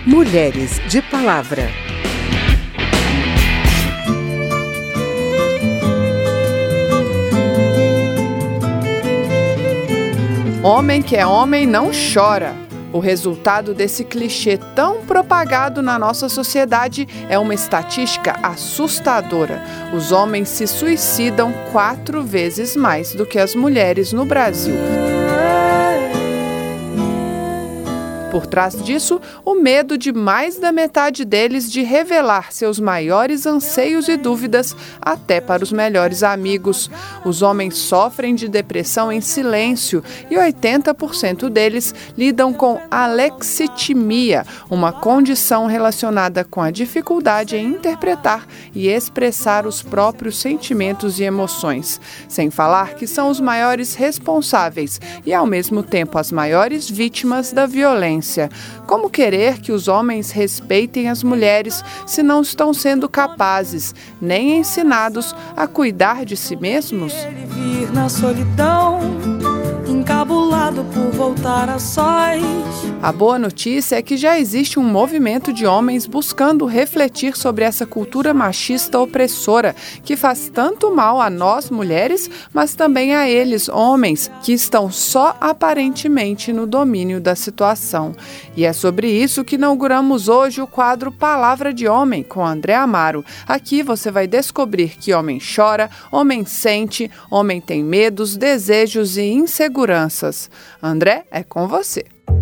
Mulheres de Palavra. Homem que é homem não chora. O resultado desse clichê tão propagado na nossa sociedade é uma estatística assustadora. Os homens se suicidam 4 vezes mais do que as mulheres no Brasil. Por trás disso, o medo de mais da metade deles de revelar seus maiores anseios e dúvidas até para os melhores amigos. Os homens sofrem de depressão em silêncio e 80% deles lidam com alexitimia, uma condição relacionada com a dificuldade em interpretar e expressar os próprios sentimentos e emoções. Sem falar que são os maiores responsáveis e, ao mesmo tempo, as maiores vítimas da violência. Como querer que os homens respeitem as mulheres se não estão sendo capazes, nem ensinados a cuidar de si mesmos? Ele vir na solidão, encabulado por voltar a sós. A boa notícia é que já existe um movimento de homens buscando refletir sobre essa cultura machista opressora que faz tanto mal a nós mulheres, mas também a eles, homens, que estão só aparentemente no domínio da situação. E é sobre isso que inauguramos hoje o quadro Palavra de Homem, com André Amaro. Aqui você vai descobrir que homem chora, homem sente, homem tem medos, desejos e inseguranças. André, é com você.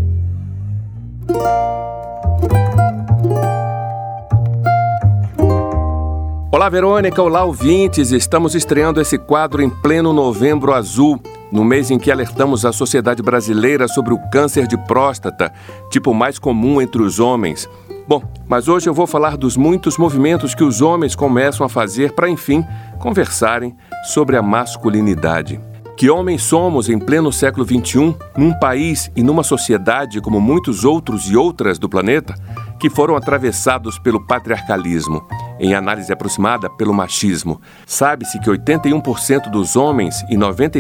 Olá, Verônica, olá, ouvintes. Estamos estreando esse quadro em pleno Novembro Azul, no mês em que alertamos a sociedade brasileira sobre o câncer de próstata, tipo mais comum entre os homens. Bom, mas hoje eu vou falar dos muitos movimentos que os homens começam a fazer para, enfim, conversarem sobre a masculinidade. Que homens somos em pleno século XXI, num país e numa sociedade como muitos outros e outras do planeta, que foram atravessados pelo patriarcalismo, em análise aproximada pelo machismo. Sabe-se que 81% dos homens e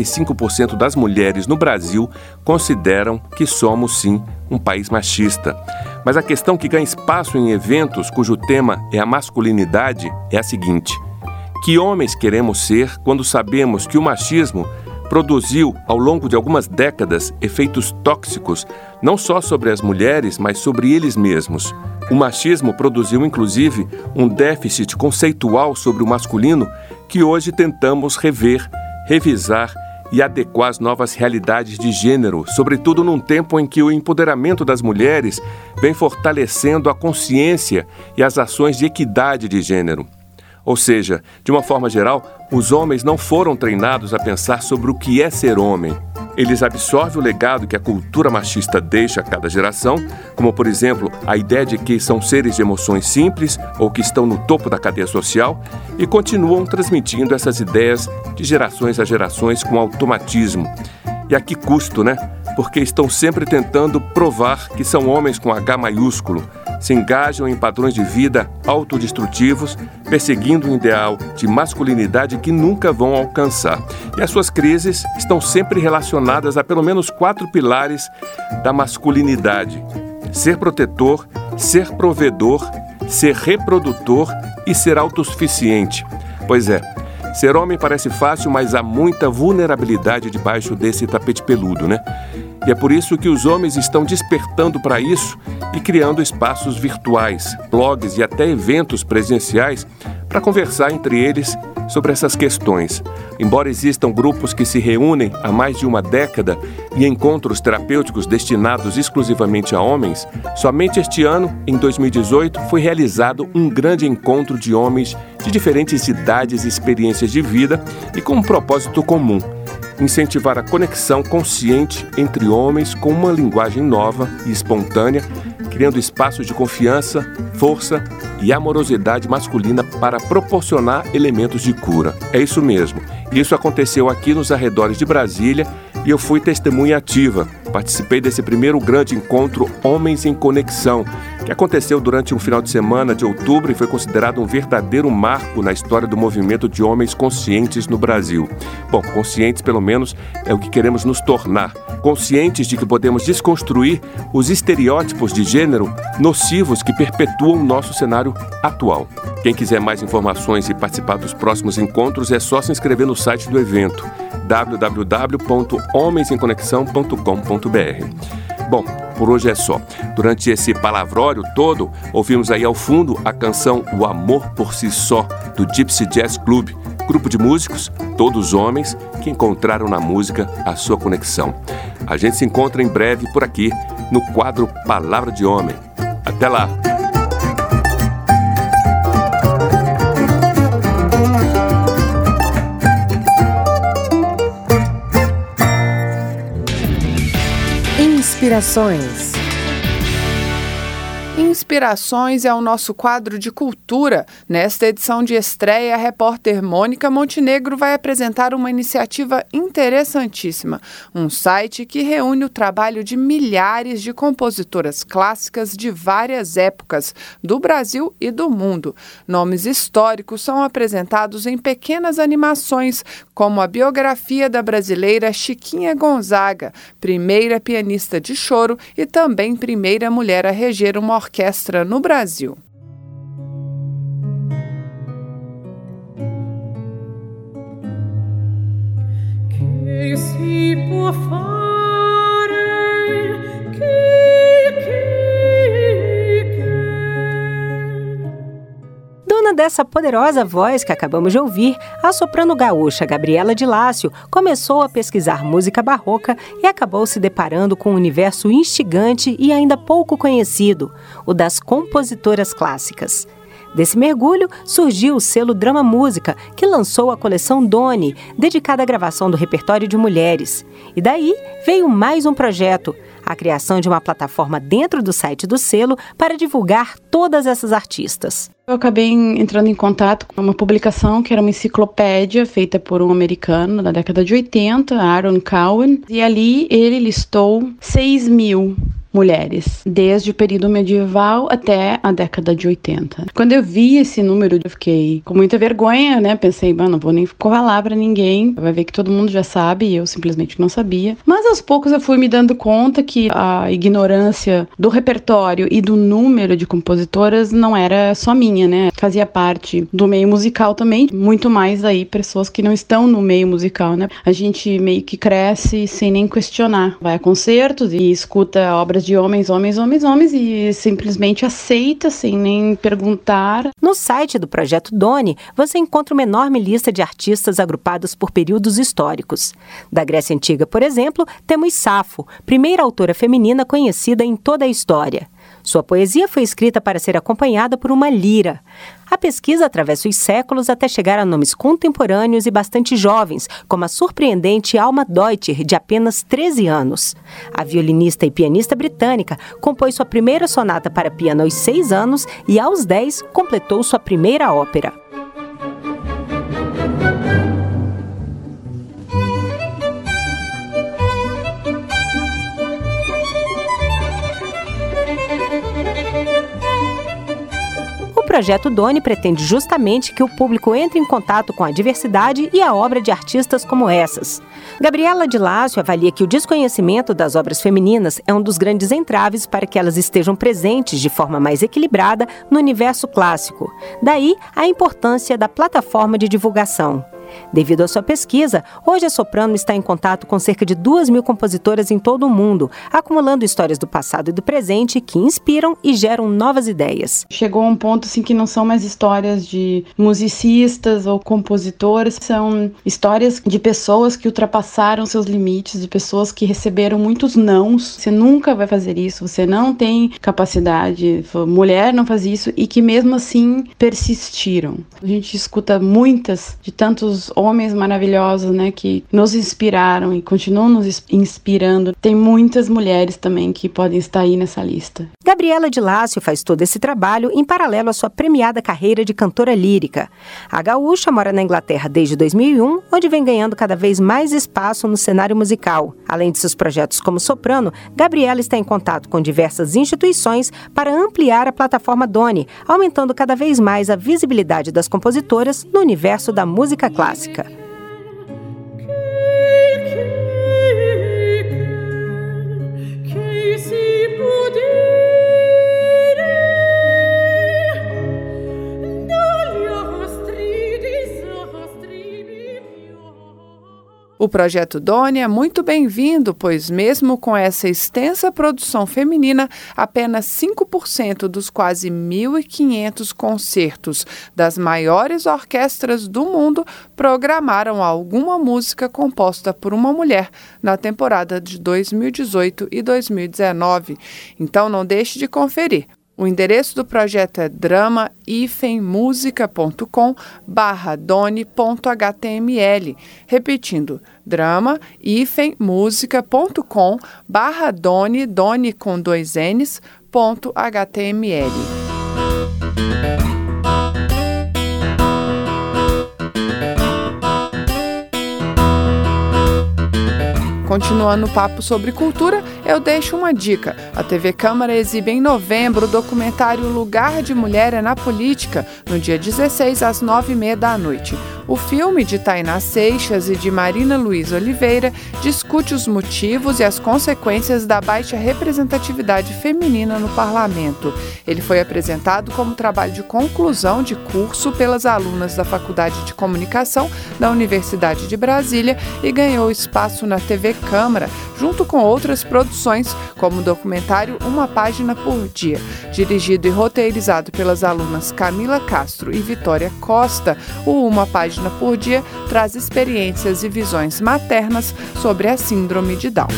95% das mulheres no Brasil consideram que somos, sim, um país machista. Mas a questão que ganha espaço em eventos cujo tema é a masculinidade é a seguinte: que homens queremos ser quando sabemos que o machismo produziu, ao longo de algumas décadas, efeitos tóxicos, não só sobre as mulheres, mas sobre eles mesmos. O machismo produziu, inclusive, um déficit conceitual sobre o masculino que hoje tentamos rever, revisar e adequar às novas realidades de gênero, sobretudo num tempo em que o empoderamento das mulheres vem fortalecendo a consciência e as ações de equidade de gênero. Ou seja, de uma forma geral, os homens não foram treinados a pensar sobre o que é ser homem. Eles absorvem o legado que a cultura machista deixa a cada geração, como, por exemplo, a ideia de que são seres de emoções simples ou que estão no topo da cadeia social, e continuam transmitindo essas ideias de gerações a gerações com automatismo. E a que custo, né? Porque estão sempre tentando provar que são homens com H maiúsculo, se engajam em padrões de vida autodestrutivos, perseguindo um ideal de masculinidade que nunca vão alcançar. E as suas crises estão sempre relacionadas a pelo menos 4 pilares da masculinidade: ser protetor, ser provedor, ser reprodutor e ser autossuficiente. Pois é, ser homem parece fácil, mas há muita vulnerabilidade debaixo desse tapete peludo, né? E é por isso que os homens estão despertando para isso e criando espaços virtuais, blogs e até eventos presenciais para conversar entre eles sobre essas questões. Embora existam grupos que se reúnem há mais de uma década e encontros terapêuticos destinados exclusivamente a homens, somente este ano, em 2018, foi realizado um grande encontro de homens de diferentes idades e experiências de vida e com um propósito comum: incentivar a conexão consciente entre homens com uma linguagem nova e espontânea, criando espaços de confiança, força e amorosidade masculina para proporcionar elementos de cura. É isso mesmo. Isso aconteceu aqui nos arredores de Brasília e eu fui testemunha ativa. Participei desse primeiro grande encontro Homens em Conexão, que aconteceu durante um final de semana de outubro e foi considerado um verdadeiro marco na história do movimento de homens conscientes no Brasil. Bom, conscientes pelo menos é o que queremos nos tornar, conscientes de que podemos desconstruir os estereótipos de gênero nocivos que perpetuam o nosso cenário atual. Quem quiser mais informações e participar dos próximos encontros é só se inscrever no site do evento www.homensemconexão.com.br. Bom, por hoje é só. Durante esse palavrório todo, ouvimos aí ao fundo a canção O Amor por Si Só, do Gypsy Jazz Club, grupo de músicos, todos homens, que encontraram na música a sua conexão. A gente se encontra em breve por aqui, no quadro Palavra de Homem. Até lá! Inspirações. Inspirações é o nosso quadro de cultura. Nesta edição de estreia, a repórter Mônica Montenegro vai apresentar uma iniciativa interessantíssima, um site que reúne o trabalho de milhares de compositoras clássicas de várias épocas, do Brasil e do mundo. Nomes históricos são apresentados em pequenas animações, como a biografia da brasileira Chiquinha Gonzaga, primeira pianista de choro e também primeira mulher a reger uma orquestra no Brasil. Que se può fare, che Dona dessa poderosa voz que acabamos de ouvir, a soprano gaúcha Gabriela de Lácio começou a pesquisar música barroca e acabou se deparando com um universo instigante e ainda pouco conhecido, o das compositoras clássicas. Desse mergulho surgiu o selo Drama Música, que lançou a coleção Doni, dedicada à gravação do repertório de mulheres. E daí veio mais um projeto, a criação de uma plataforma dentro do site do selo para divulgar todas essas artistas. Eu acabei entrando em contato com uma publicação que era uma enciclopédia feita por um americano da década de 80, Aaron Cowan, e ali ele listou 6.000 mulheres, desde o período medieval até a década de 80. Quando eu vi esse número, eu fiquei com muita vergonha, né? Pensei, não vou nem falar pra ninguém, vai ver que todo mundo já sabe, e eu simplesmente não sabia. Mas aos poucos eu fui me dando conta que a ignorância do repertório e do número de compositoras não era só minha, né? Fazia parte do meio musical também, muito mais aí pessoas que não estão no meio musical, né? A gente meio que cresce sem nem questionar. Vai a concertos e escuta obras de homens, e simplesmente aceita sem nem perguntar. No site do Projeto Doni, você encontra uma enorme lista de artistas agrupados por períodos históricos. Da Grécia Antiga, por exemplo, temos Safo, primeira autora feminina conhecida em toda a história. Sua poesia foi escrita para ser acompanhada por uma lira. A pesquisa atravessa os séculos até chegar a nomes contemporâneos e bastante jovens, como a surpreendente Alma Deuter, de apenas 13 anos. A violinista e pianista britânica compôs sua primeira sonata para piano aos 6 anos e, aos 10, completou sua primeira ópera. O Projeto Doni pretende justamente que o público entre em contato com a diversidade e a obra de artistas como essas. Gabriela de Lácio avalia que o desconhecimento das obras femininas é um dos grandes entraves para que elas estejam presentes de forma mais equilibrada no universo clássico. Daí a importância da plataforma de divulgação. Devido à sua pesquisa, hoje a soprano está em contato com cerca de 2.000 compositoras em todo o mundo, acumulando histórias do passado e do presente que inspiram e geram novas ideias. Chegou a um ponto assim, que não são mais histórias de musicistas ou compositores, são histórias de pessoas que ultrapassaram seus limites, de pessoas que receberam muitos nãos. Você nunca vai fazer isso, você não tem capacidade, mulher não faz isso, e que mesmo assim persistiram. A gente escuta muitas de tantos homens maravilhosos, né, que nos inspiraram e continuam nos inspirando. Tem muitas mulheres também que podem estar aí nessa lista. Gabriela de Lácio faz todo esse trabalho em paralelo à sua premiada carreira de cantora lírica. A gaúcha mora na Inglaterra desde 2001, onde vem ganhando cada vez mais espaço no cenário musical. Além de seus projetos como soprano, Gabriela está em contato com diversas instituições para ampliar a plataforma Doni, aumentando cada vez mais a visibilidade das compositoras no universo da música clássica. O projeto Doni é muito bem-vindo, pois mesmo com essa extensa produção feminina, apenas 5% dos quase 1.500 concertos das maiores orquestras do mundo programaram alguma música composta por uma mulher na temporada de 2018 e 2019. Então não deixe de conferir. O endereço do projeto é drama-musica.com/doni.html. Repetindo, drama-musica.com/doni, Doni com 2 N's, .html. Continuando o papo sobre cultura, eu deixo uma dica. A TV Câmara exibe em novembro o documentário Lugar de Mulher é na Política, no dia 16, às 9h30 da noite. O filme, de Tainá Seixas e de Marina Luiz Oliveira, discute os motivos e as consequências da baixa representatividade feminina no parlamento. Ele foi apresentado como trabalho de conclusão de curso pelas alunas da Faculdade de Comunicação da Universidade de Brasília e ganhou espaço na TV Câmara, junto com outras produções, como o documentário Uma Página por Dia. Dirigido e roteirizado pelas alunas Camila Castro e Vitória Costa, o Uma Página por Dia traz experiências e visões maternas sobre a síndrome de Down.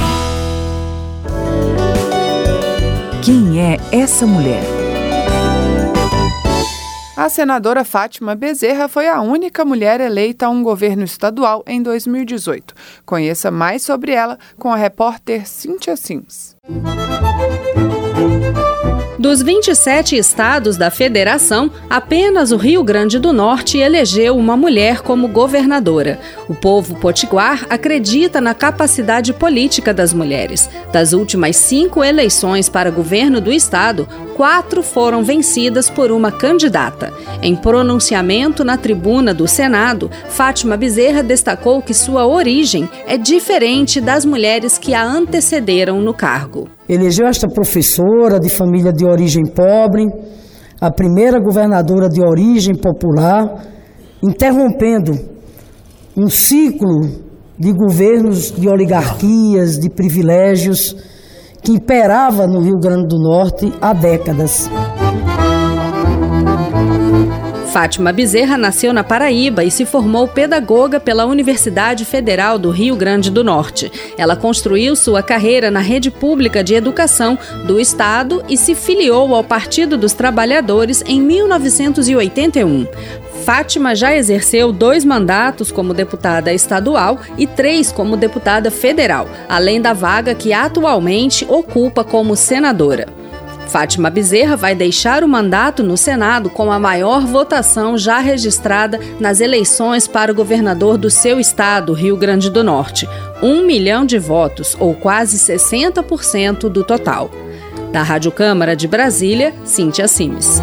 Quem é essa mulher? A senadora Fátima Bezerra foi a única mulher eleita a um governo estadual em 2018. Conheça mais sobre ela com a repórter Cíntia Sims. Dos 27 estados da federação, apenas o Rio Grande do Norte elegeu uma mulher como governadora. O povo potiguar acredita na capacidade política das mulheres. Das últimas 5 eleições para governo do estado, 4 foram vencidas por uma candidata. Em pronunciamento na tribuna do Senado, Fátima Bezerra destacou que sua origem é diferente das mulheres que a antecederam no cargo. Elegeu esta professora de família de origem pobre, a primeira governadora de origem popular, interrompendo um ciclo de governos de oligarquias, de privilégios, que imperava no Rio Grande do Norte há décadas. Fátima Bezerra nasceu na Paraíba e se formou pedagoga pela Universidade Federal do Rio Grande do Norte. Ela construiu sua carreira na rede pública de educação do estado e se filiou ao Partido dos Trabalhadores em 1981. Fátima já exerceu 2 mandatos como deputada estadual e 3 como deputada federal, além da vaga que atualmente ocupa como senadora. Fátima Bezerra vai deixar o mandato no Senado com a maior votação já registrada nas eleições para o governador do seu estado, Rio Grande do Norte. 1 milhão de votos, ou quase 60% do total. Da Rádio Câmara de Brasília, Cíntia Sims.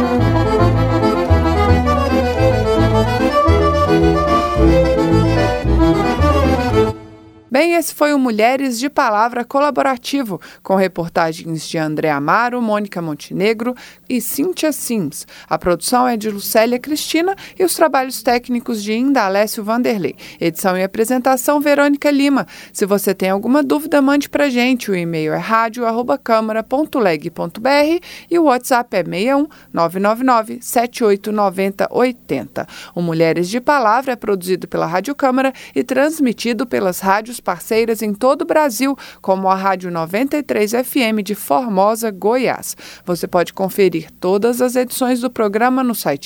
Bem, esse foi o Mulheres de Palavra colaborativo, com reportagens de André Amaro, Mônica Montenegro e Cíntia Sims. A produção é de Lucélia Cristina e os trabalhos técnicos de Indalécio Vanderlei. Edição e apresentação, Verônica Lima. Se você tem alguma dúvida, mande pra gente. O e-mail é radio@câmara.leg.br e o WhatsApp é 61 999 7890 80. O Mulheres de Palavra é produzido pela Rádio Câmara e transmitido pelas rádios parceiras em todo o Brasil, como a Rádio 93 FM de Formosa, Goiás. Você pode conferir todas as edições do programa no site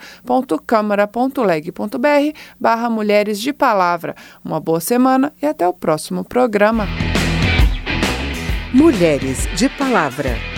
radio.câmara.leg.br/Mulheres de Palavra. Uma boa semana e até o próximo programa. Mulheres de Palavra.